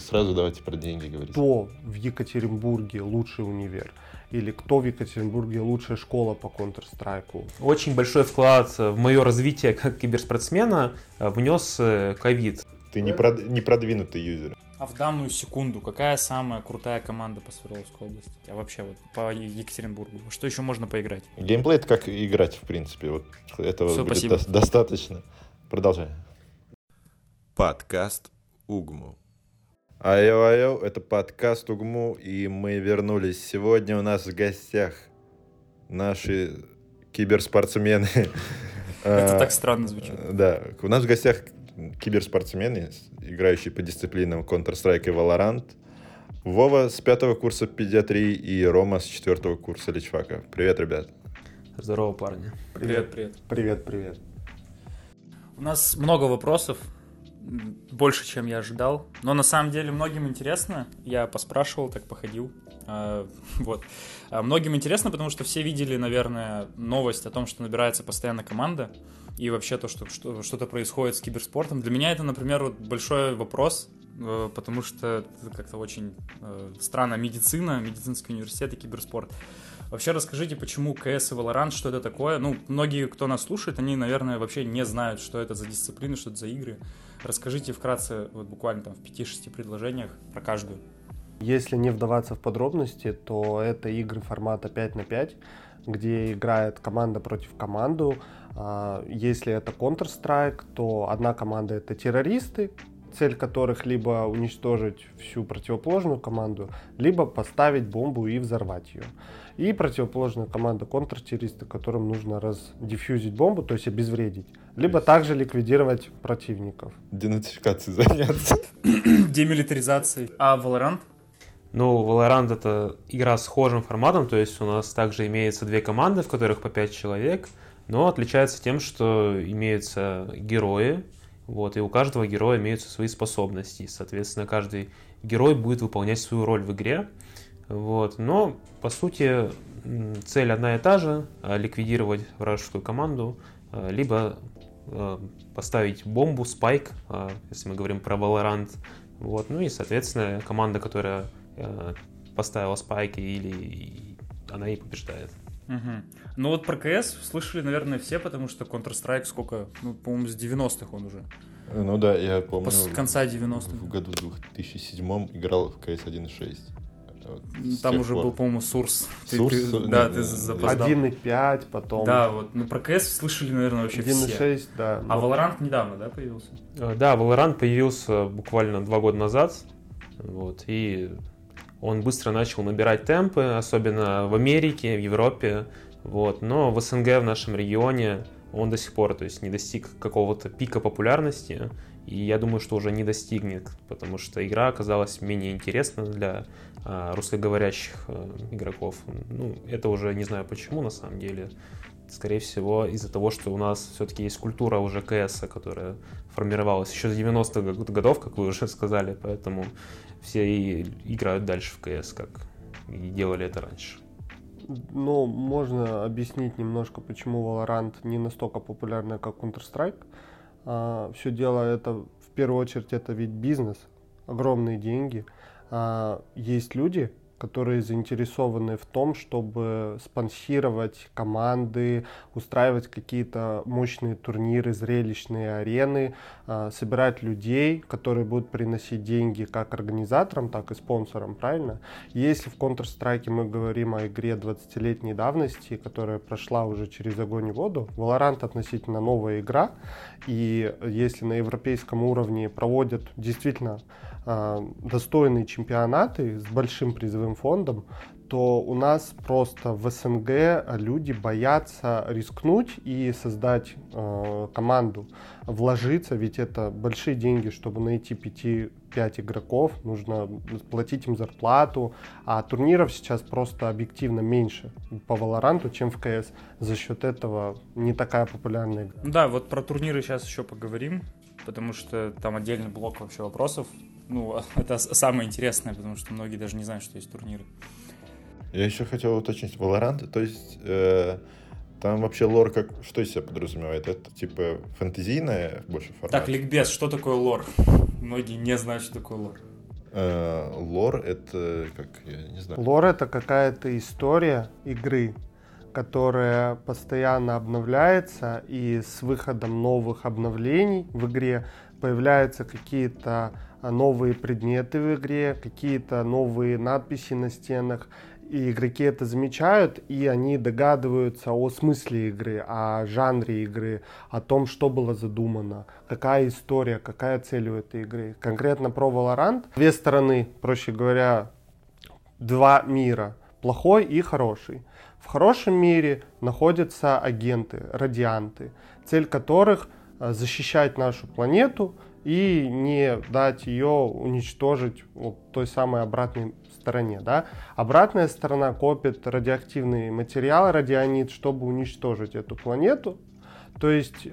сразу давайте про деньги говорить. Кто в Екатеринбурге лучший универ? Или кто в Екатеринбурге лучшая школа по Counter-Strike? Очень большой вклад в мое развитие как киберспортсмена внес ковид. Ты не продвинутый юзер. А в данную секунду какая самая крутая команда по Свердловской области? А вообще вот по Екатеринбургу? Что еще можно поиграть? Геймплей — это как играть, в принципе. Вот этого Всё, будет спасибо. достаточно. Продолжай. Подкаст Угму. Айо, это подкаст Угму, и мы вернулись. Сегодня у нас в гостях наши киберспортсмены. Это так странно звучит. Да, у нас в гостях киберспортсмены, играющие по дисциплинам Counter-Strike и Valorant. Вова с 5 курса педиатрии и Рома с 4 курса личфака. Привет, ребят. Здорово, парни. Привет. Привет. У нас много вопросов, больше, чем я ожидал. Но на самом деле многим интересно. Я поспрашивал, так походил. Вот. Многим интересно, потому что все видели, наверное, новость о том, что набирается постоянно команда. И вообще то, что что-то происходит с киберспортом. Для меня это, например, вот большой вопрос, потому что это как-то очень странно. Медицинский университет и киберспорт. Вообще расскажите, почему КС и Valorant, что это такое? Ну, многие, кто нас слушает, они, наверное, вообще не знают, что это за дисциплины, что это за игры. Расскажите вкратце, вот буквально там в 5-6 предложениях про каждую. Если не вдаваться в подробности, то это игры формата 5 на 5, где играет команда против команды. Если это Counter-Strike, то одна команда — это террористы, цель которых либо уничтожить всю противоположную команду, либо поставить бомбу и взорвать ее. И противоположная команда — контртеррористы, которым нужно раздефьюзить бомбу, то есть обезвредить, либо также ликвидировать противников. Денацификацией заняться. Демилитаризацией. А Valorant? Ну, Valorant — это игра с схожим форматом, то есть у нас также имеется 2 команды, в которых по 5 человек, но отличается тем, что имеются герои, вот, и у каждого героя имеются свои способности, соответственно, каждый герой будет выполнять свою роль в игре, вот, но, по сути, цель одна и та же — ликвидировать вражескую команду, либо поставить бомбу, спайк, если мы говорим про Valorant, вот, ну и, соответственно, команда, которая поставила спайки, или она и побеждает. Угу. Ну вот про КС слышали, наверное, все, потому что Counter-Strike сколько? Ну, по-моему, с 90-х он уже. Ну да, я помню. С конца 90-х. В году 2007 играл в CS 1.6. Там уже был, по-моему, Сурс. Да, ты запоздал. 1.5, потом... Да, вот. Ну, про КС слышали, наверное, вообще 1.6, все. да. А Valorant недавно, да, появился? Да, Valorant появился буквально 2 года назад, вот, и он быстро начал набирать темпы, особенно в Америке, в Европе, вот, но в СНГ, в нашем регионе, он до сих пор, то есть, не достиг какого-то пика популярности, и я думаю, что уже не достигнет, потому что игра оказалась менее интересна для русскоговорящих игроков. Ну, это уже не знаю почему, на самом деле. Скорее всего, из-за того, что у нас все-таки есть культура уже КС, которая формировалась еще с 90-х годов, как вы уже сказали, поэтому все и играют дальше в КС, как и делали это раньше. Ну, можно объяснить немножко, почему Valorant не настолько популярный, как Counter-Strike. Все дело это, в первую очередь, это ведь бизнес, огромные деньги. Есть люди, которые заинтересованы в том, чтобы спонсировать команды, устраивать какие-то мощные турниры, зрелищные арены, собирать людей, которые будут приносить деньги как организаторам, так и спонсорам, правильно? Если в Counter-Strike мы говорим о игре 20-летней давности, которая прошла уже через огонь и воду, Valorant относительно новая игра, и если на европейском уровне проводят действительно достойные чемпионаты с большим призовым фондом, то у нас просто в СНГ люди боятся рискнуть и создать команду, вложиться, ведь это большие деньги, чтобы найти 5 игроков, нужно платить им зарплату, а турниров сейчас просто объективно меньше по Valorant, чем в КС. За счет этого не такая популярная игра. Да, вот про турниры сейчас еще поговорим, потому что там отдельный блок вообще вопросов. Ну, это самое интересное, потому что многие даже не знают, что есть турниры. Я еще хотел уточнить, Valorant, то есть там вообще лор что из себя подразумевает? Это типа фэнтезийное больше формат? Так, ликбез, что такое лор? Многие не знают, что такое лор. Лор — это как, я не знаю. Лор — это какая-то история игры, которая постоянно обновляется, и с выходом новых обновлений в игре появляются какие-то новые предметы в игре, какие-то новые надписи на стенах, и игроки это замечают, и они догадываются о смысле игры, о жанре игры, о том, что было задумано, какая история, какая цель у этой игры. Конкретно про Valorant. Две стороны, проще говоря, два мира, плохой и хороший. В хорошем мире находятся агенты, радианты, цель которых защищать нашу планету и не дать ее уничтожить вот той самой обратной стороне. Да? Обратная сторона копит радиоактивный материал, радионит, чтобы уничтожить эту планету. То есть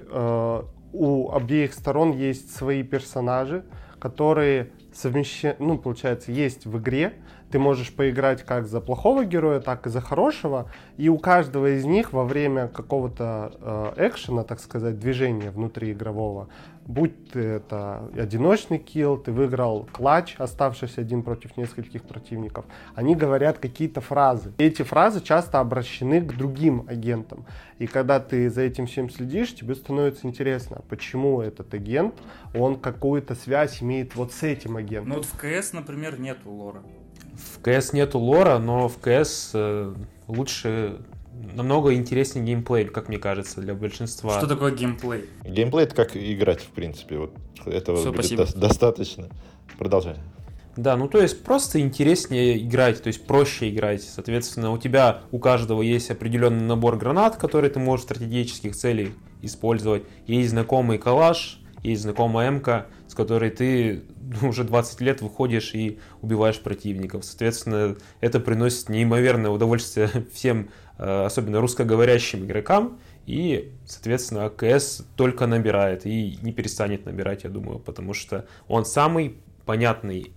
у обеих сторон есть свои персонажи, которые совмещены, получается, есть в игре. Ты можешь поиграть как за плохого героя, так и за хорошего. И у каждого из них во время какого-то экшена, так сказать, движения внутри игрового, будь это одиночный килл, ты выиграл клатч, оставшись один против нескольких противников, они говорят какие-то фразы. И эти фразы часто обращены к другим агентам. И когда ты за этим всем следишь, тебе становится интересно, почему этот агент, он какую-то связь имеет вот с этим агентом. Ну вот в КС, например, нету лора. В КС нету лора, но в КС лучше, намного интереснее геймплей, как мне кажется, для большинства. Что такое геймплей? Геймплей — это как играть, в принципе. Вот этого Всё, будет спасибо. достаточно. Продолжай. Да, ну то есть просто интереснее играть, то есть проще играть. Соответственно, у каждого есть определенный набор гранат, которые ты можешь в стратегических целях использовать. Есть знакомый калаш, есть знакомая МК, с которой ты уже 20 лет выходишь и убиваешь противников. Соответственно, это приносит неимоверное удовольствие всем, особенно русскоговорящим игрокам. И, соответственно, КС только набирает и не перестанет набирать, я думаю, потому что он самый понятный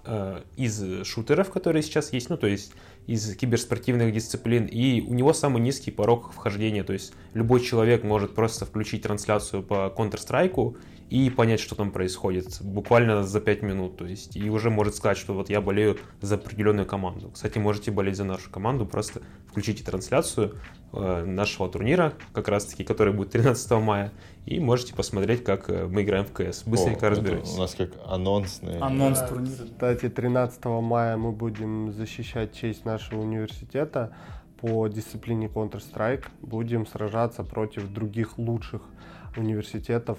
из шутеров, которые сейчас есть, ну, то есть из киберспортивных дисциплин, и у него самый низкий порог вхождения, то есть любой человек может просто включить трансляцию по Counter-Strike и понять, что там происходит, буквально за 5 минут, то есть, и уже может сказать, что вот я болею за определенную команду. Кстати, можете болеть за нашу команду, просто включите трансляцию нашего турнира, как раз-таки, который будет 13 мая, и можете посмотреть, как мы играем в КС. Быстренько разберусь. У нас как анонсный. Анонс турнира. Кстати, 13 мая мы будем защищать честь нашего университета по дисциплине Counter-Strike. Будем сражаться против других лучших университетов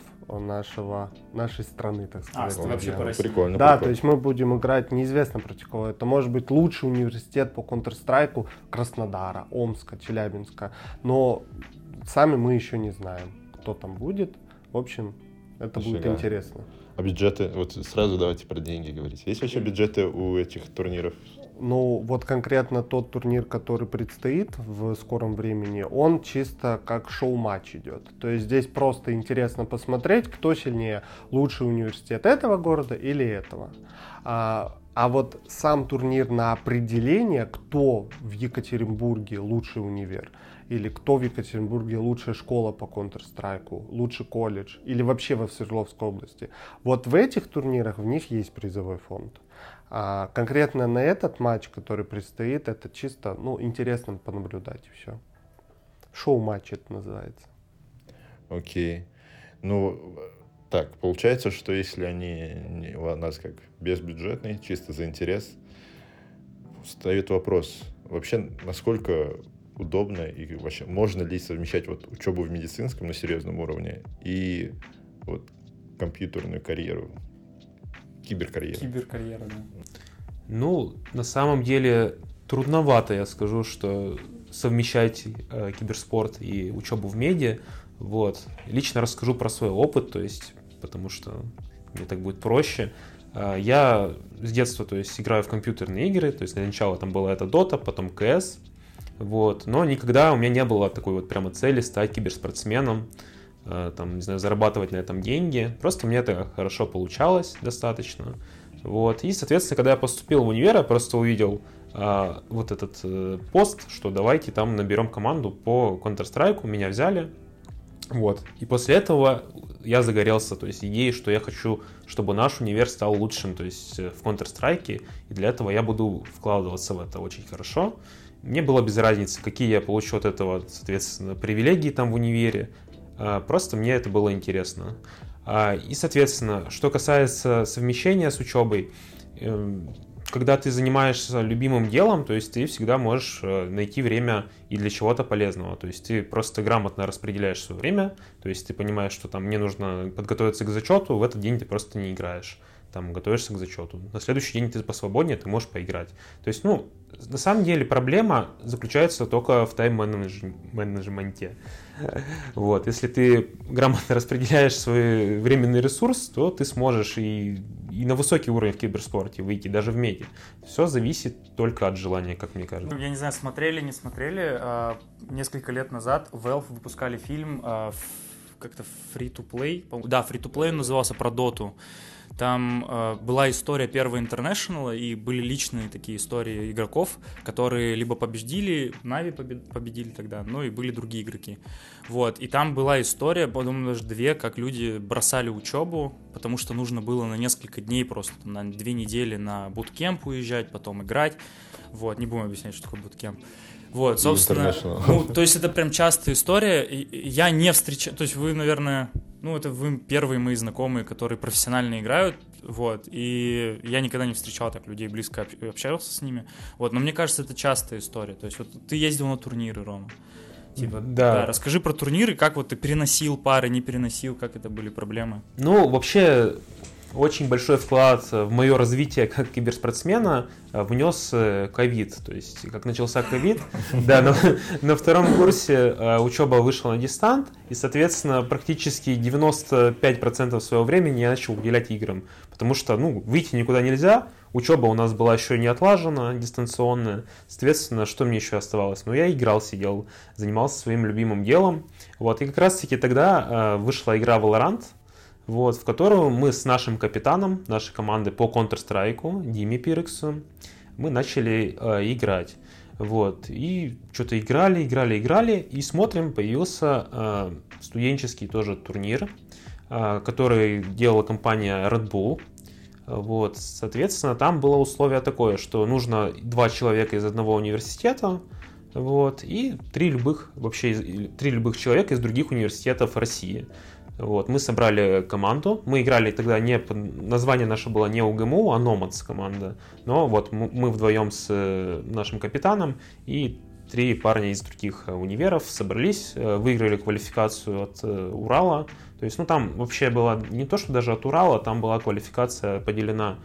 нашей страны, так сказать. Это вообще по России. Прикольно. Да, прикольно. то есть мы будем играть неизвестно против кого. Это может быть лучший университет по Counter-Strike Краснодара, Омска, Челябинска. Но сами мы еще не знаем, кто там будет. В общем, это будет Нифига. интересно. А бюджеты, вот сразу давайте про деньги говорить. Есть вообще бюджеты у этих турниров? Ну, вот конкретно тот турнир, который предстоит в скором времени, он чисто как шоу-матч идет. То есть здесь просто интересно посмотреть, кто сильнее, лучший университет этого города или этого. А вот сам турнир на определение, кто в Екатеринбурге лучший универ, или кто в Екатеринбурге лучшая школа по Counter-Strike, лучший колледж, или вообще во Свердловской области. Вот в этих турнирах в них есть призовой фонд. А конкретно на этот матч, который предстоит, это чисто, интересно понаблюдать и все. Шоу-матч это называется. Окей. Ну, так, получается, что если они у нас как безбюджетные, чисто за интерес, встает вопрос, вообще, насколько удобно и вообще можно ли совмещать вот учебу в медицинском на серьезном уровне и вот компьютерную карьеру, киберкарьеру? Киберкарьера, да. Ну, на самом деле, трудновато, я скажу, что совмещать киберспорт и учебу в меди. Вот. Лично расскажу про свой опыт, то есть, потому что мне так будет проще. Я с детства, то есть, играю в компьютерные игры, то есть, сначала там была это Dota, потом CS, вот, но никогда у меня не было такой вот прямо цели стать киберспортсменом, там, не знаю, зарабатывать на этом деньги, просто мне это хорошо получалось достаточно, вот, и, соответственно, когда я поступил в универ, я просто увидел вот этот пост, что давайте там наберем команду по Counter-Strike, меня взяли, Вот. И после этого я загорелся, то есть идеей, что я хочу, чтобы наш универ стал лучшим, то есть в Counter-Strike, и для этого я буду вкладываться в это очень хорошо. Мне было без разницы, какие я получу от этого, соответственно, привилегии там в универе, просто мне это было интересно. И, соответственно, что касается совмещения с учебой, когда ты занимаешься любимым делом, то есть ты всегда можешь найти время и для чего-то полезного. То есть ты просто грамотно распределяешь свое время, то есть ты понимаешь, что там мне нужно подготовиться к зачету, в этот день ты просто не играешь, там готовишься к зачету. На следующий день ты посвободнее, ты можешь поиграть. То есть, на самом деле проблема заключается только в тайм-менеджменте. Вот. Если ты грамотно распределяешь свой временный ресурс, то ты сможешь и на высокий уровень в киберспорте выйти, даже в меди. Все зависит только от желания, как мне кажется. Я не знаю, смотрели, не смотрели. Несколько лет назад Valve выпускали фильм как-то Free-to-Play. Да, Free-to-Play он назывался, про Доту. Там была история первого Интернешнала, и были личные такие истории игроков, которые либо победили, Нави победили тогда, и были другие игроки. Вот, и там была история, по-моему, даже 2, как люди бросали учебу, потому что нужно было на несколько дней просто, на 2 недели на буткемп уезжать, потом играть. Вот, не будем объяснять, что такое буткемп. Вот, собственно, то есть это прям частая история. Я не встречал, то есть вы, наверное, это вы первые мои знакомые, которые профессионально играют, вот, и я никогда не встречал так людей, близко общался с ними, вот, но мне кажется, это частая история. То есть вот ты ездил на турниры, Рома. Да, расскажи про турниры, как вот ты переносил пары, не переносил, как это были проблемы? Вообще, очень большой вклад в мое развитие как киберспортсмена внес ковид. То есть, как начался ковид, да, на втором курсе учеба вышла на дистант, и, соответственно, практически 95% своего времени я начал уделять играм. Потому что, выйти никуда нельзя, учеба у нас была еще не отлажена, дистанционная. Соответственно, что мне еще оставалось? Я играл, сидел, занимался своим любимым делом. Вот, и как раз-таки тогда вышла игра Valorant, вот, в которую мы с нашим капитаном нашей команды по Counter-Strike, Диме Пирексу, мы начали играть. Вот, и что-то играли, и смотрим, появился студенческий тоже турнир, который делала компания Red Bull. Вот, соответственно, там было условие такое, что нужно 2 человека из одного университета, вот, и 3 любых человека из других университетов России. Вот, мы собрали команду, мы играли тогда название наше было не УГМУ, а Nomads команда, но вот мы вдвоем с нашим капитаном и 3 парня из других универов собрались, выиграли квалификацию от Урала, то есть, там вообще было не то, что даже от Урала, там была квалификация поделена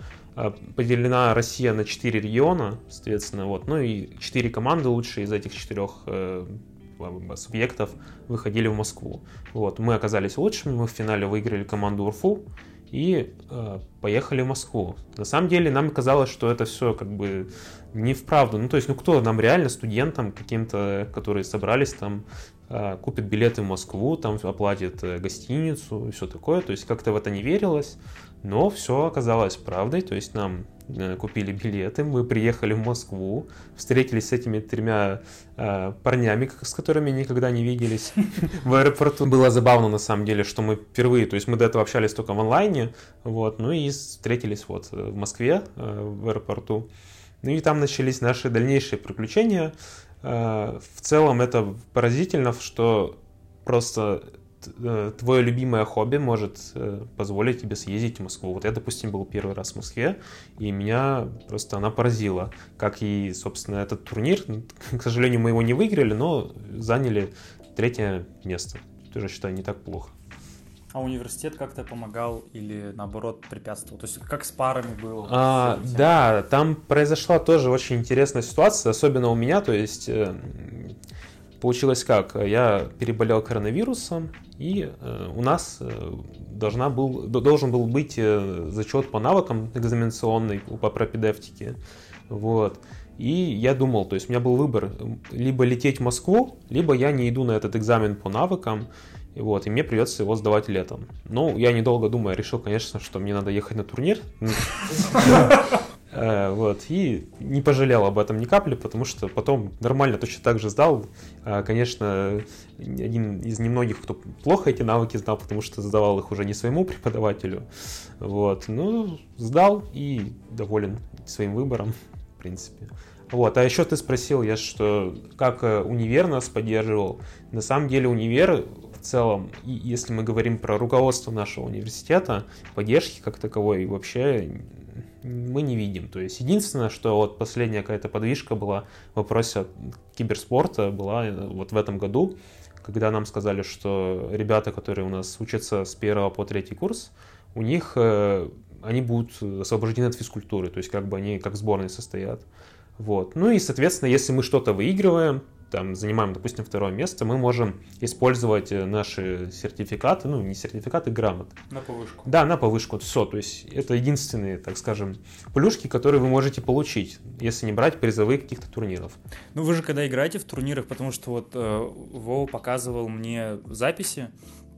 Россия на 4 региона, соответственно, вот, и 4 команды лучшие из этих 4 субъектов выходили в Москву. Вот, мы оказались лучшими, мы в финале выиграли команду УРФУ и поехали в Москву. На самом деле нам казалось, что это все как бы не вправду. То есть, кто нам реально, студентам каким-то, которые собрались там, купит билеты в Москву, там оплатит гостиницу и все такое. То есть как-то в это не верилось, но все оказалось правдой. То есть нам купили билеты, мы приехали в Москву, встретились с этими 3 парнями, с которыми никогда не виделись в аэропорту. Было забавно на самом деле, что мы впервые, то есть мы до этого общались только в онлайне, вот, и встретились вот в Москве, в аэропорту. И там начались наши дальнейшие приключения. В целом это поразительно, что просто твое любимое хобби может позволить тебе съездить в Москву. Вот я, допустим, был первый раз в Москве, и меня просто она поразила. Как и, собственно, этот турнир. К сожалению, мы его не выиграли, но заняли 3 место. Тоже считаю, не так плохо. А университет как-то помогал или, наоборот, препятствовал? То есть как с парами было? Да, там произошла тоже очень интересная ситуация, особенно у меня. То есть получилось как? Я переболел коронавирусом, и у нас должен был быть зачет по навыкам экзаменационный по пропедевтике. Вот. И я думал, то есть у меня был выбор, либо лететь в Москву, либо я не иду на этот экзамен по навыкам, и мне придется его сдавать летом. Я недолго думая решил, конечно, что мне надо ехать на турнир. Вот, и не пожалел об этом ни капли, потому что потом нормально точно так же сдал. Конечно, один из немногих, кто плохо эти навыки знал, потому что сдавал их уже не своему преподавателю. Вот, ну, сдал и доволен своим выбором, в принципе. Вот, а еще ты спросил, я что, как универ нас поддерживал. На самом деле универ в целом, и если мы говорим про руководство нашего университета, поддержки как таковой вообще мы не видим. То есть единственное, что вот последняя какая-то подвижка была в вопросе киберспорта, была вот в этом году, когда нам сказали, что ребята, которые у нас учатся с 1 по 3 курс, у них они будут освобождены от физкультуры, то есть как бы они как в сборной состоят. Вот. Ну и, соответственно, если мы что-то выигрываем, там, занимаем, допустим, 2 место, мы можем использовать наши сертификаты, ну, не сертификаты, грамоты. На повышку. Да, на повышку. Все, то есть это единственные, так скажем, плюшки, которые вы можете получить, если не брать призовые каких-то турниров. Ну, вы же когда играете в турнирах, потому что вот Вова показывал мне записи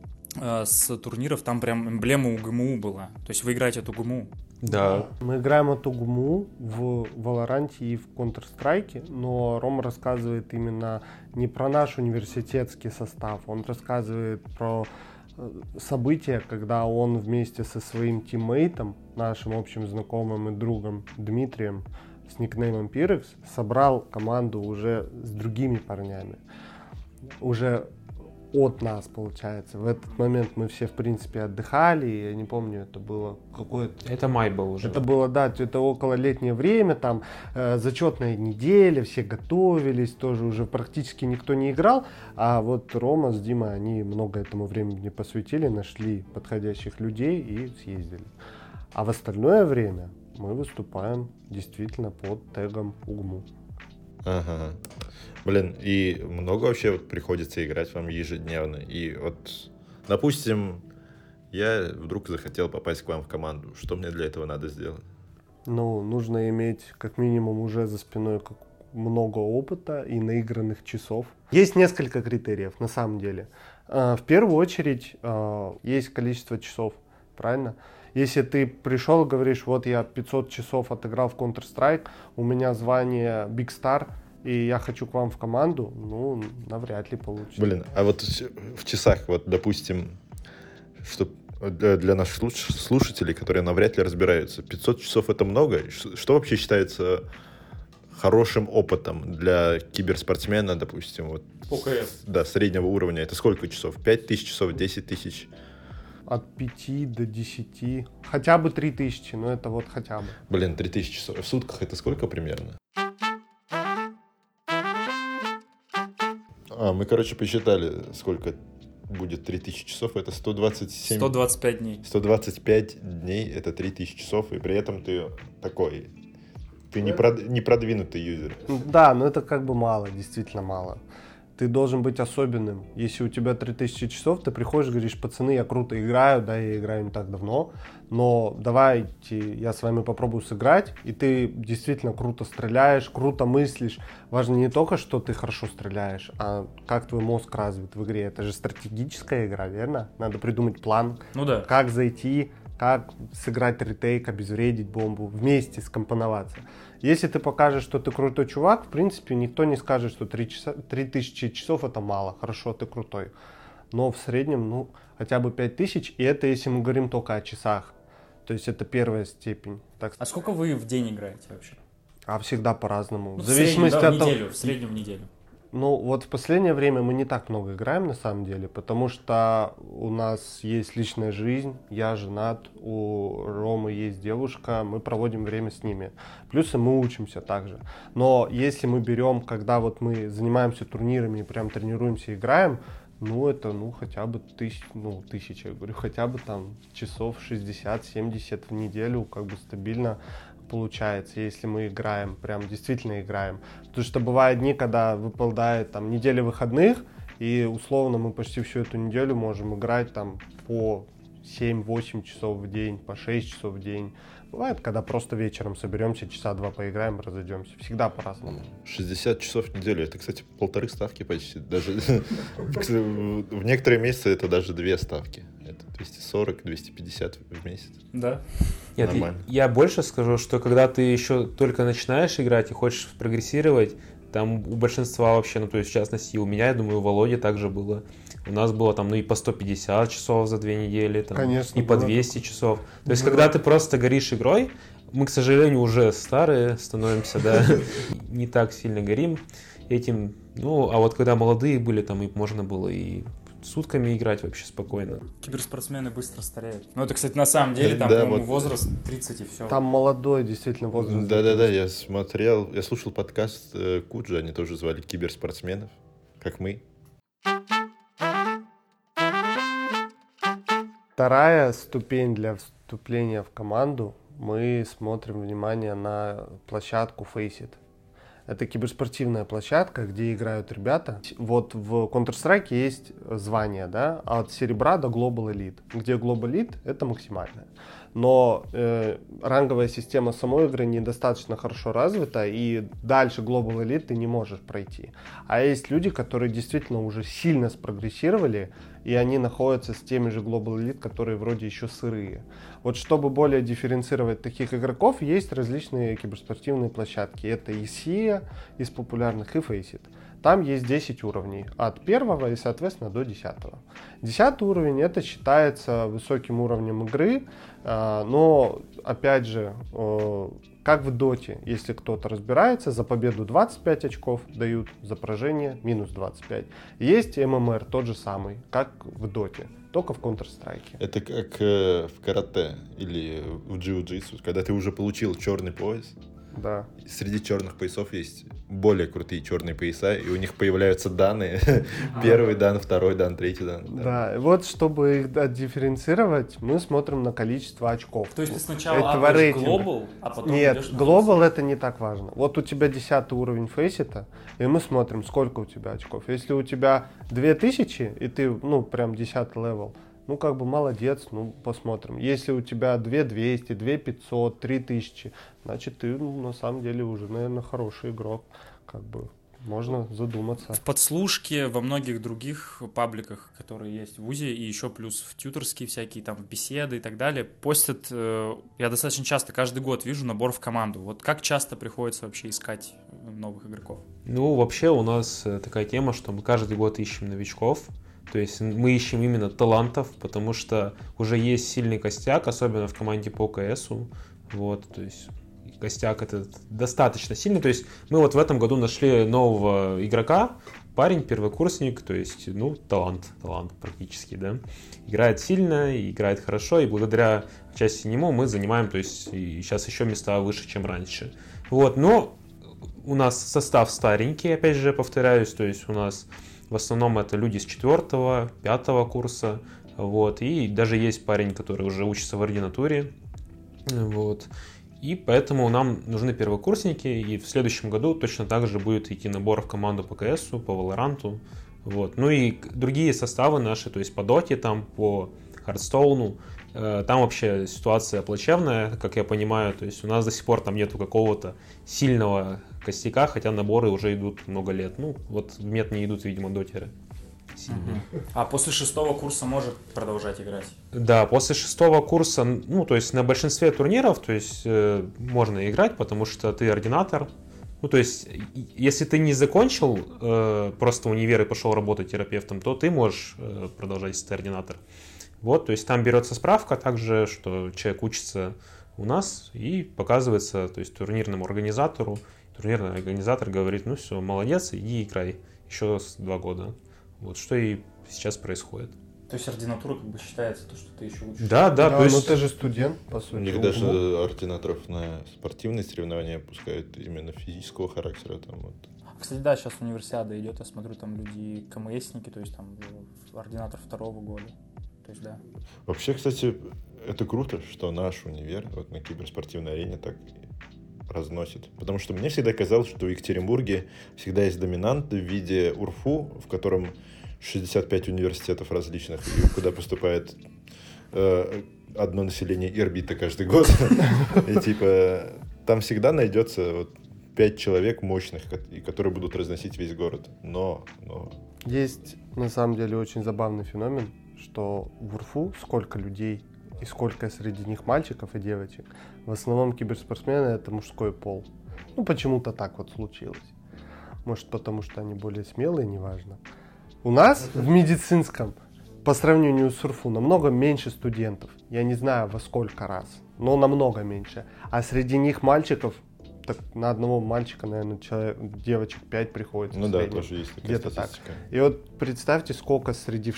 с турниров, там прям эмблема УГМУ была. То есть вы играете от УГМУ. Да. Мы играем от УГМУ в Valorant и в Counter-Strike, но Рома рассказывает именно не про наш университетский состав, он рассказывает про события, когда он вместе со своим тиммейтом, нашим общим знакомым и другом Дмитрием с никнеймом Pyrex, собрал команду уже с другими парнями. Уже от нас, получается. В этот момент мы все, в принципе, отдыхали, и я не помню, это было какое-то... Это май был уже. Это было, да, это около летнее время, там зачетная неделя, все готовились, тоже уже практически никто не играл, а вот Рома с Димой, они много этому времени посвятили, нашли подходящих людей и съездили. А в остальное время мы выступаем действительно под тегом УГМУ. Ага. Блин, и много вообще вот приходится играть вам ежедневно. И вот, допустим, я вдруг захотел попасть к вам в команду. Что мне для этого надо сделать? Ну, нужно иметь как минимум уже за спиной много опыта и наигранных часов. Есть несколько критериев на самом деле. В первую очередь есть количество часов, правильно? Если ты пришел и говоришь, вот я 500 часов отыграл в Counter-Strike, у меня звание Big Star, и я хочу к вам в команду, ну, навряд ли получится. Блин, а вот в часах, вот, допустим, что для наших слушателей, которые навряд ли разбираются, 500 часов это много? Что вообще считается хорошим опытом для киберспортсмена, допустим, вот, да, среднего уровня? Это сколько часов? 5000 часов, 10 тысяч? От 5 до 10, хотя бы 3000, но это вот хотя бы. Блин, 3000 часов. В сутках это сколько примерно? Мы, короче, посчитали, сколько будет 3000 часов. Это 127... 125 дней. 125 дней, это 3000 часов, и при этом ты такой... Ты не продвинутый юзер. Да, но это как бы мало, действительно мало. Ты должен быть особенным. Если у тебя 3000 часов, ты приходишь и говоришь, пацаны, я круто играю, да, я играю не так давно, но давайте я с вами попробую сыграть, и ты действительно круто стреляешь, круто мыслишь. Важно не только, что ты хорошо стреляешь, а как твой мозг развит в игре. Это же стратегическая игра, верно? Надо придумать план, ну да, как зайти, как сыграть ретейк, обезвредить бомбу, вместе скомпоноваться. Если ты покажешь, что ты крутой чувак, в принципе, никто не скажет, что 3000 часов это мало, хорошо, ты крутой. Но в среднем, ну, хотя бы 5000, и это если мы говорим только о часах. То есть это первая степень. Так... А сколько вы в день играете вообще? А всегда по-разному. Ну, в зависимости от того... в среднем в неделю. Ну, вот в последнее время мы не так много играем, на самом деле, потому что у нас есть личная жизнь, я женат, у Ромы есть девушка, мы проводим время с ними. Плюс и мы учимся также. Но если мы берем, когда вот мы занимаемся турнирами и прям тренируемся, играем, ну, это, ну, хотя бы тысяча, я говорю, хотя бы там часов 60-70 в неделю, как бы стабильно получается, если мы играем, прям действительно играем. Потому что бывают дни, когда выпадает там неделя выходных, и условно мы почти всю эту неделю можем играть там по 7-8 часов в день, по 6 часов в день. Бывает, когда просто вечером соберемся, часа 2 поиграем, разойдемся. Всегда по-разному. 60 часов в неделю, это, кстати, 1,5 ставки почти. Даже в некоторые месяцы это даже 2 ставки. Это 240-250 в месяц. Да. Нет, Нормально. я больше скажу, что когда ты еще только начинаешь играть и хочешь прогрессировать, там у большинства вообще, ну то есть в частности у меня, я думаю, у Володи также было. У нас было там, ну и по 150 часов за 2 недели, там, Конечно, и по было 200 часов. То есть Было. когда ты просто горишь игрой, мы, к сожалению, уже старые становимся, да, не так сильно горим этим. Ну, а вот когда молодые были, там и можно было и сутками играть вообще спокойно. Киберспортсмены быстро стареют. Ну, это, кстати, на самом деле, там, Да, по-моему, вот. возраст 30 и все. Там молодой действительно возраст. Да-да-да, я слушал подкаст Куджи, они тоже звали киберспортсменов, как мы. Вторая ступень для вступления в команду, мы смотрим внимание на площадку Faceit. Это киберспортивная площадка, где играют ребята. Вот в Counter-Strike есть звание, да, от серебра до Global Elite, где Global Elite — это максимальное. Но ранговая система самой игры недостаточно хорошо развита, и дальше Global Elite ты не можешь пройти. А есть люди, которые действительно уже сильно спрогрессировали, и они находятся с теми же Global Elite, которые вроде еще сырые. Вот чтобы более дифференцировать таких игроков, есть различные киберспортивные площадки. Это и SIA из популярных, и Faceit. Там есть 10 уровней, от 1 и, соответственно, до 10. 10 уровень — это считается высоким уровнем игры, но, опять же, как в доте, если кто-то разбирается, за победу 25 очков дают, за поражение минус 25. Есть ММР тот же самый, как в доте, только в Counter-Strike. Это как в карате или в джиу-джитсу, когда ты уже получил черный пояс. Да. Среди черных поясов есть более крутые черные пояса, и у них появляются данные. Первый дан, второй дан, третий дан. Да, вот чтобы их дифференцировать, мы смотрим на количество очков. То есть ты сначала Этого апаешь рейтинга. Global, а потом Нет, идешь на Global это не так важно. Вот у тебя 10 уровень Faceit, и мы смотрим, сколько у тебя очков. Если у тебя 2000, и ты, ну, прям 10 левел, ну, как бы молодец, ну, посмотрим. Если у тебя 2200, 2500, 3000, значит, ты, ну, на самом деле уже, наверное, хороший игрок. Как бы можно задуматься. В подслушке, во многих других пабликах, которые есть в ВУЗе, и еще плюс в тьюторские всякие, там, в беседы и так далее, постят, я достаточно часто, каждый год вижу набор в команду. Вот как часто приходится вообще искать новых игроков? Ну, вообще у нас такая тема, что мы каждый год ищем новичков. То есть мы ищем именно талантов, потому что уже есть сильный костяк, особенно в команде по КСу. Вот, то есть костяк этот достаточно сильный. То есть мы вот в этом году нашли нового игрока, парень, первокурсник, то есть, ну, талант практически, да. Играет сильно, играет хорошо, и благодаря части нему мы занимаем, то есть, и сейчас еще места выше, чем раньше. Вот, но у нас состав старенький, опять же, повторяюсь, то есть у нас в основном это люди с 4-го, 5-го курса, вот, и даже есть парень, который уже учится в ординатуре, вот, и поэтому нам нужны первокурсники, и в следующем году точно так же будет идти набор в команду по КСу, по Valorant'у, вот, ну и другие составы наши, то есть по Доте, там, по Хардстоуну, там вообще ситуация плачевная, как я понимаю, то есть у нас до сих пор там нету какого-то сильного костяка, хотя наборы уже идут много лет. Ну, вот в мет не идут, видимо, дотеры. А после 6-го курса может продолжать играть? Да, после 6-го курса, ну, то есть на большинстве турниров, то есть можно играть, потому что ты ординатор. Ну, то есть, если ты не закончил просто универ и пошел работать терапевтом, то ты можешь продолжать, если ты ординатор. Вот, то есть там берется справка также, что человек учится у нас и показывается, то есть турнирному организатору. Турнирный организатор говорит, ну все, молодец, иди играй еще 2 года. Вот что и сейчас происходит. То есть ординатура как бы считается то, что ты еще учишься? Да, Да, то есть... но ты же студент, по сути. У них даже ординаторов на спортивные соревнования пускают именно физического характера. Там, вот. Кстати, да, сейчас универсиада идет, я смотрю, там люди КМСники, то есть там ординатор 2-го года. То есть, да. Вообще, кстати, это круто, что наш универ вот на киберспортивной арене так разносит. Потому что мне всегда казалось, что в Екатеринбурге всегда есть доминант в виде УРФУ, в котором 65 университетов различных, и куда поступает одно население Ирбита каждый год. И типа там всегда найдется вот 5 человек мощных, которые будут разносить весь город. Но... Есть, на самом деле, очень забавный феномен, что в УРФУ сколько людей и сколько среди них мальчиков и девочек. В основном киберспортсмены — это мужской пол. Ну, почему-то так вот случилось. Может, потому что они более смелые, неважно. У нас в медицинском, по сравнению с УРФУ, намного меньше студентов. Я не знаю во сколько раз, но намного меньше. А среди них мальчиков, так на одного мальчика, наверное, девочек 5 приходится. Ну да, тоже есть такая где-то статистика. Так. И вот представьте, сколько среди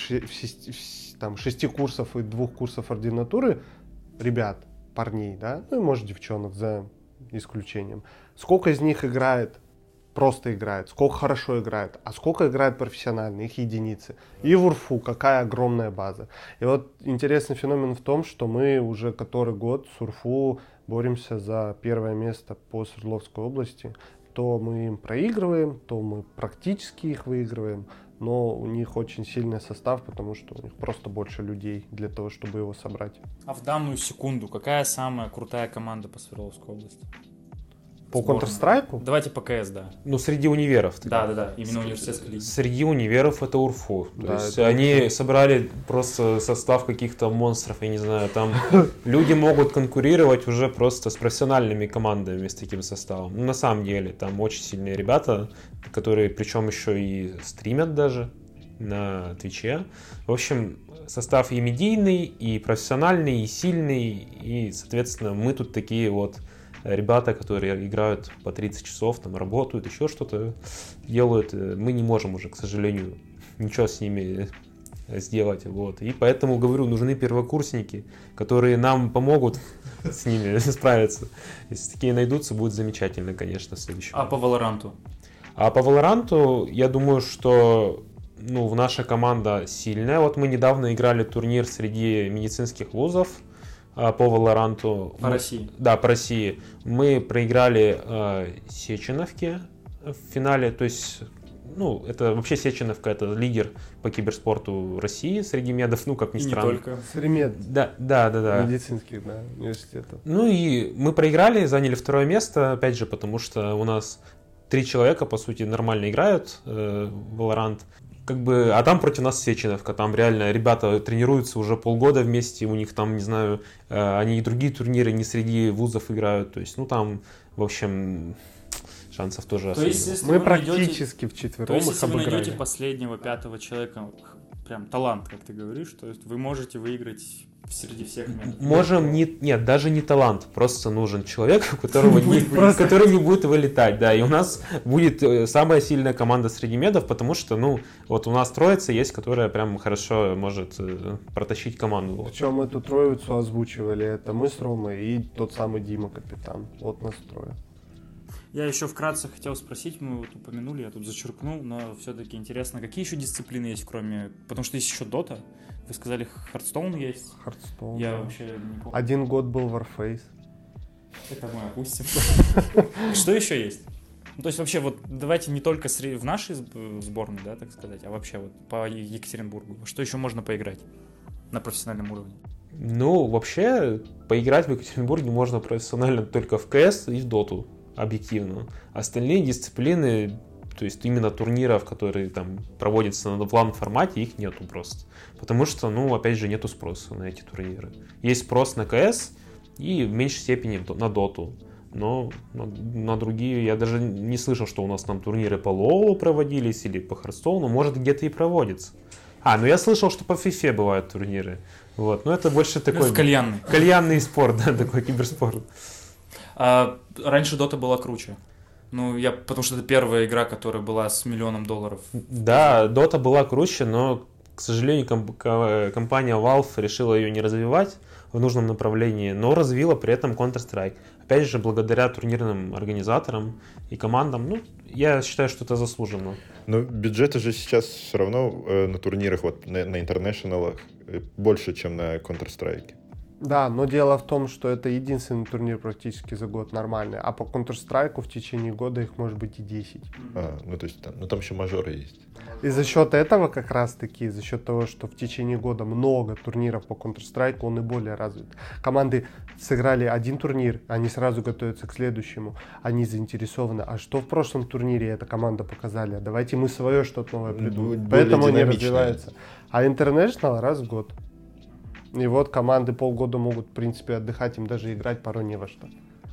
6 курсов и 2 курсов ординатуры ребят, парней, да, ну и может девчонок за исключением. Сколько из них играет, просто играет, сколько хорошо играет, а сколько играет профессионально, их единицы. И в УРФУ какая огромная база. И вот интересный феномен в том, что мы уже который год с УРФУ боремся за первое место по Свердловской области. То мы им проигрываем, то мы практически их выигрываем, но у них очень сильный состав, потому что у них просто больше людей для того, чтобы его собрать. А в данную секунду какая самая крутая команда по Свердловской области? По Сборная. Counter-Strike? Давайте по КС, да. Ну, среди универов. Да, именно университетской лиги. Среди универов это УРФУ. То Да, есть это они собрали просто состав каких-то монстров, я не знаю, там люди могут конкурировать уже просто с профессиональными командами с таким составом. Ну, на самом деле, там очень сильные ребята, которые причем еще и стримят даже на Твиче. В общем, состав и медийный, и профессиональный, и сильный, и, соответственно, мы тут такие вот ребята, которые играют по 30 часов, там работают, еще что-то делают. Мы не можем уже, к сожалению, ничего с ними сделать. Вот. И поэтому, говорю, нужны первокурсники, которые нам помогут с ними справиться. Если такие найдутся, будет замечательно, конечно, в следующем. А по Валоранту? А по Валоранту, я думаю, что наша команда сильная. Вот мы недавно играли турнир среди медицинских вузов по Валоранту. По России? Да, по России. Мы проиграли Сеченовке в финале. То есть, это вообще Сеченовка, это лидер по киберспорту России среди медов, как ни И странно. не только. Сремед. Да. Медицинских, да, университетов. Ну и мы проиграли, заняли второе место, опять же, потому что у нас 3 человека, по сути, нормально играют в Valorant. А там против нас Сеченовка, там реально ребята тренируются уже полгода вместе, у них там, не знаю, они и другие турниры не среди вузов играют, то есть, там, в общем, шансов тоже особо. Мы практически вчетвером То есть, их если вы обыграли. найдете последнего 5-го человека, прям талант, как ты говоришь, то есть вы можете выиграть среди всех методов. Можем, нет, даже не талант, просто нужен человек, который не будет вылетать, да, и у нас будет самая сильная команда среди медов, потому что, вот у нас троица есть, которая прям хорошо может протащить команду. Причем эту троицу озвучивали, это мы с Ромой и тот самый Дима капитан, вот нас трое. Я еще вкратце хотел спросить, мы вот упомянули, я тут зачеркнул, но все-таки интересно, какие еще дисциплины есть, кроме... Потому что есть еще Dota, вы сказали, Hearthstone есть. Hearthstone. Я вообще не помню. 1 год был Warface. Это мы опустим. Что еще есть? То есть вообще вот давайте не только в нашей сборной, да, так сказать, а вообще вот по Екатеринбургу. Что еще можно поиграть на профессиональном уровне? Вообще поиграть в Екатеринбурге можно профессионально только в КС и в Доту. Объективно. Остальные дисциплины, то есть именно турниров, которые там проводятся на плавном формате, их нету просто. Потому что, опять же, нету спроса на эти турниры. Есть спрос на КС и в меньшей степени на Доту. Но на другие я даже не слышал, что у нас там турниры по Лолу проводились или по Hearthstone, может где-то и проводятся. Я слышал, что по FIFA бывают турниры. Вот, но это больше такой... Кальянный спорт, да, такой киберспорт. А раньше Dota была круче. Потому что это первая игра, которая была с $1 миллион. Да, Dota была круче, но, к сожалению, компания Valve решила ее не развивать в нужном направлении, но развила при этом Counter-Strike. Опять же, благодаря турнирным организаторам и командам, я считаю, что это заслуженно. Но бюджеты же сейчас все равно на турнирах, вот на интернешналах, больше, чем на Counter-Strike. Да, но дело в том, что это единственный турнир практически за год нормальный, а по Counter-Strike в течение года их может быть и 10. Ну то есть там еще мажоры есть. И за счет этого как раз таки, за счет того, что в течение года много турниров по Counter-Strike, он и более развит. Команды сыграли один турнир, они сразу готовятся к следующему, они заинтересованы. А что в прошлом турнире эта команда показали? Давайте мы свое что-то новое придумаем. Поэтому они развиваются. А International раз в год. И вот команды полгода могут, в принципе, отдыхать, им даже играть порой не во что.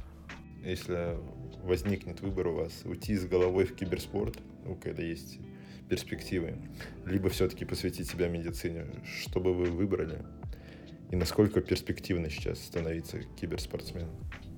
Если возникнет выбор у вас уйти с головой в киберспорт, когда есть перспективы, либо все-таки посвятить себя медицине, что бы вы выбрали? И насколько перспективно сейчас становиться киберспортсменом?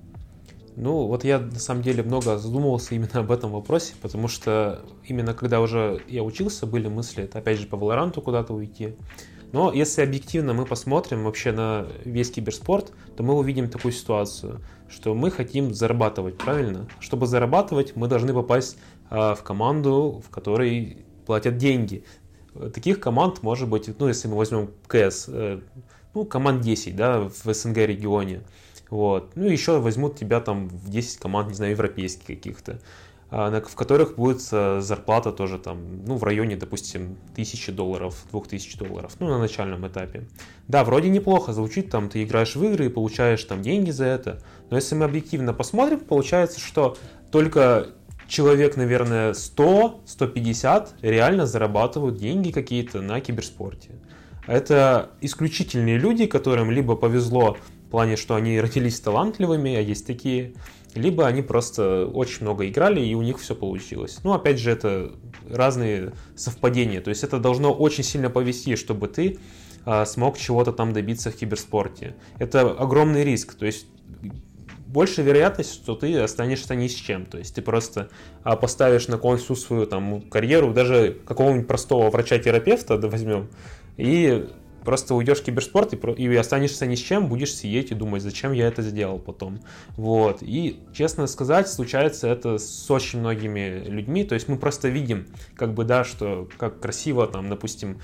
Ну, вот я на самом деле много задумывался именно об этом вопросе, потому что именно когда уже я учился, были мысли, это опять же по Valorant куда-то уйти. Но если объективно мы посмотрим вообще на весь киберспорт, то мы увидим такую ситуацию, что мы хотим зарабатывать, правильно? Чтобы зарабатывать, мы должны попасть в команду, в которой платят деньги. Таких команд может быть, ну, если мы возьмем КС, ну, команд 10, да, в СНГ регионе. Вот. Ну, еще возьмут тебя там в 10 команд, не знаю, европейских каких-то, в которых будет зарплата тоже там, ну, в районе, допустим, $1000, $2000, ну, на начальном этапе. Да, вроде неплохо звучит, там, ты играешь в игры и получаешь там деньги за это, но если мы объективно посмотрим, получается, что только человек, наверное, 100-150 реально зарабатывают деньги какие-то на киберспорте. Это исключительные люди, которым либо повезло в плане, что они родились талантливыми, а есть такие, либо они просто очень много играли, и у них все получилось. Ну, опять же, это разные совпадения. То есть это должно очень сильно повезти, чтобы ты смог чего-то там добиться в киберспорте. Это огромный риск. То есть больше вероятность, что ты останешься ни с чем. То есть ты просто поставишь на кон всю свою там карьеру, даже какого-нибудь простого врача-терапевта, да, возьмем, и просто уйдешь в киберспорт и останешься ни с чем, будешь сидеть и думать, зачем я это сделал потом. Вот. И, честно сказать, случается это с очень многими людьми. То есть мы просто видим, как бы, да, что как красиво там, допустим,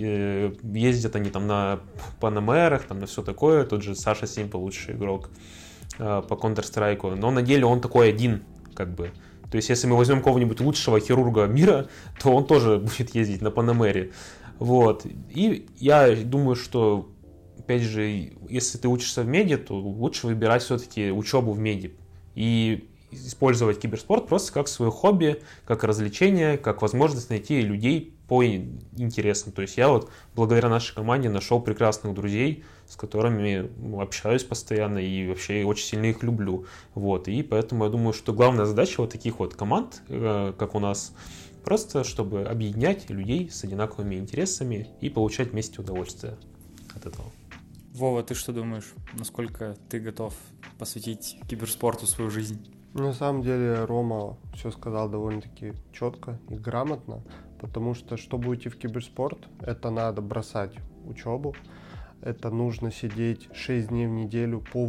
ездят они там на Панамерах, там на все такое. Тот же Саша Симпл, лучший игрок по Counter-Strike. Но на деле он такой один, как бы. То есть если мы возьмем какого-нибудь лучшего хирурга мира, то он тоже будет ездить на Панамере. Вот. И я думаю, что, опять же, если ты учишься в меди, то лучше выбирать все-таки учебу в меди и использовать киберспорт просто как свое хобби, как развлечение, как возможность найти людей по интересам. То есть я вот благодаря нашей команде нашел прекрасных друзей, с которыми общаюсь постоянно и вообще очень сильно их люблю. Вот. И поэтому я думаю, что главная задача вот таких вот команд, как у нас, просто чтобы объединять людей с одинаковыми интересами и получать вместе удовольствие от этого. Вова, ты что думаешь? Насколько ты готов посвятить киберспорту свою жизнь? На самом деле Рома все сказал довольно-таки четко и грамотно, потому что, чтобы уйти в киберспорт, это надо бросать учебу, это нужно сидеть 6 дней в неделю по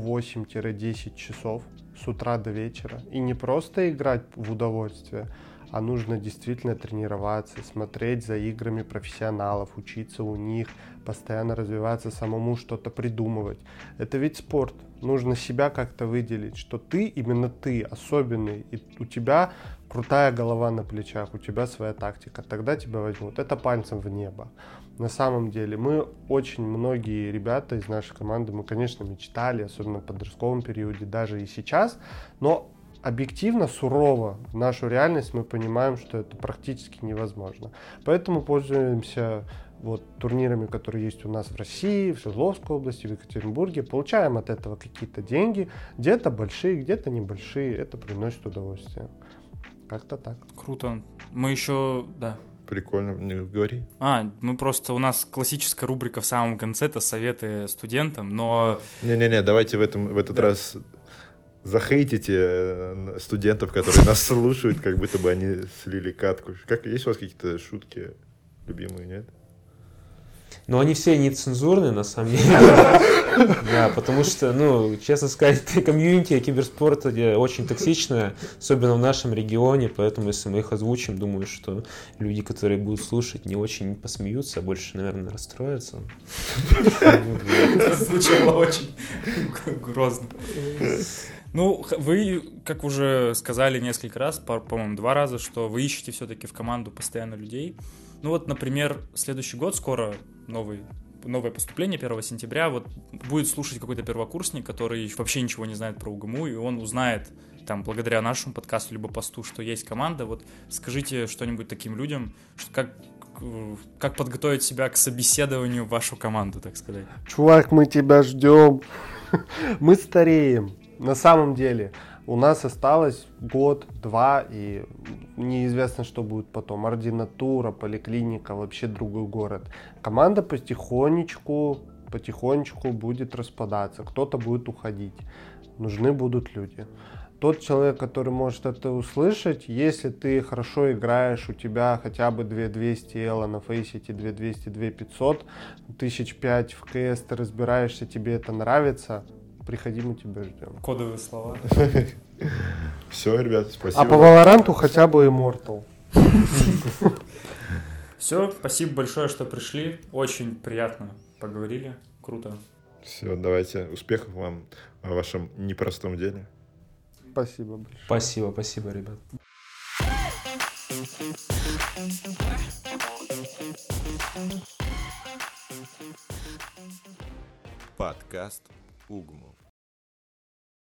8-10 часов с утра до вечера. И не просто играть в удовольствие, а нужно действительно тренироваться, смотреть за играми профессионалов, учиться у них, постоянно развиваться, самому что-то придумывать. Это ведь спорт. Нужно себя как-то выделить, что ты, именно ты, особенный, и у тебя крутая голова на плечах, у тебя своя тактика. Тогда тебя возьмут. Это пальцем в небо. На самом деле, мы очень многие ребята из нашей команды, мы, конечно, мечтали, особенно в подростковом периоде, даже и сейчас, но объективно, сурово, в нашу реальность мы понимаем, что это практически невозможно. Поэтому пользуемся вот турнирами, которые есть у нас в России, в Свердловской области, в Екатеринбурге, получаем от этого какие-то деньги, где-то большие, где-то небольшие, это приносит удовольствие. Как-то так. Круто. Мы еще, да. Прикольно, не говори. Мы просто, у нас классическая рубрика в самом конце, это советы студентам, но... Не-не-не, давайте в этот раз захейтите студентов, которые нас слушают, как будто бы они слили катку. Есть у вас какие-то шутки любимые, нет? Но они все нецензурные, на самом деле. Да, потому что, ну, честно сказать, комьюнити киберспорта очень токсичное, особенно в нашем регионе, поэтому если мы их озвучим, думаю, что люди, которые будут слушать, не очень посмеются, а больше, наверное, расстроятся. Это звучало очень грозно. Ну, вы, как уже сказали несколько раз, по-моему, 2 раза, что вы ищете все-таки в команду постоянно людей. Ну вот, например, следующий год, скоро новое поступление 1 сентября, вот будет слушать какой-то первокурсник, который вообще ничего не знает про УГМУ, и он узнает, там, благодаря нашему подкасту либо посту, что есть команда. Вот скажите что-нибудь таким людям, как подготовить себя к собеседованию в вашу команду, так сказать. Чувак, мы тебя ждем. Мы стареем. На самом деле, у нас осталось 1-2, и неизвестно, что будет потом. Ординатура, поликлиника, вообще другой город. Команда потихонечку будет распадаться. Кто-то будет уходить. Нужны будут люди. Тот человек, который может это услышать, если ты хорошо играешь, у тебя хотя бы 2200 эла на фейсите, 2200, 2500, 1005 в КС, ты разбираешься, тебе это нравится, приходи, мы тебя ждем. Кодовые слова. Все, ребят, спасибо. А по Valorant хотя бы Immortal. Все, спасибо большое, что пришли. Очень приятно поговорили. Круто. Все, давайте. Успехов вам в вашем непростом деле. Спасибо большое. Спасибо, ребят. Подкаст УГМУ.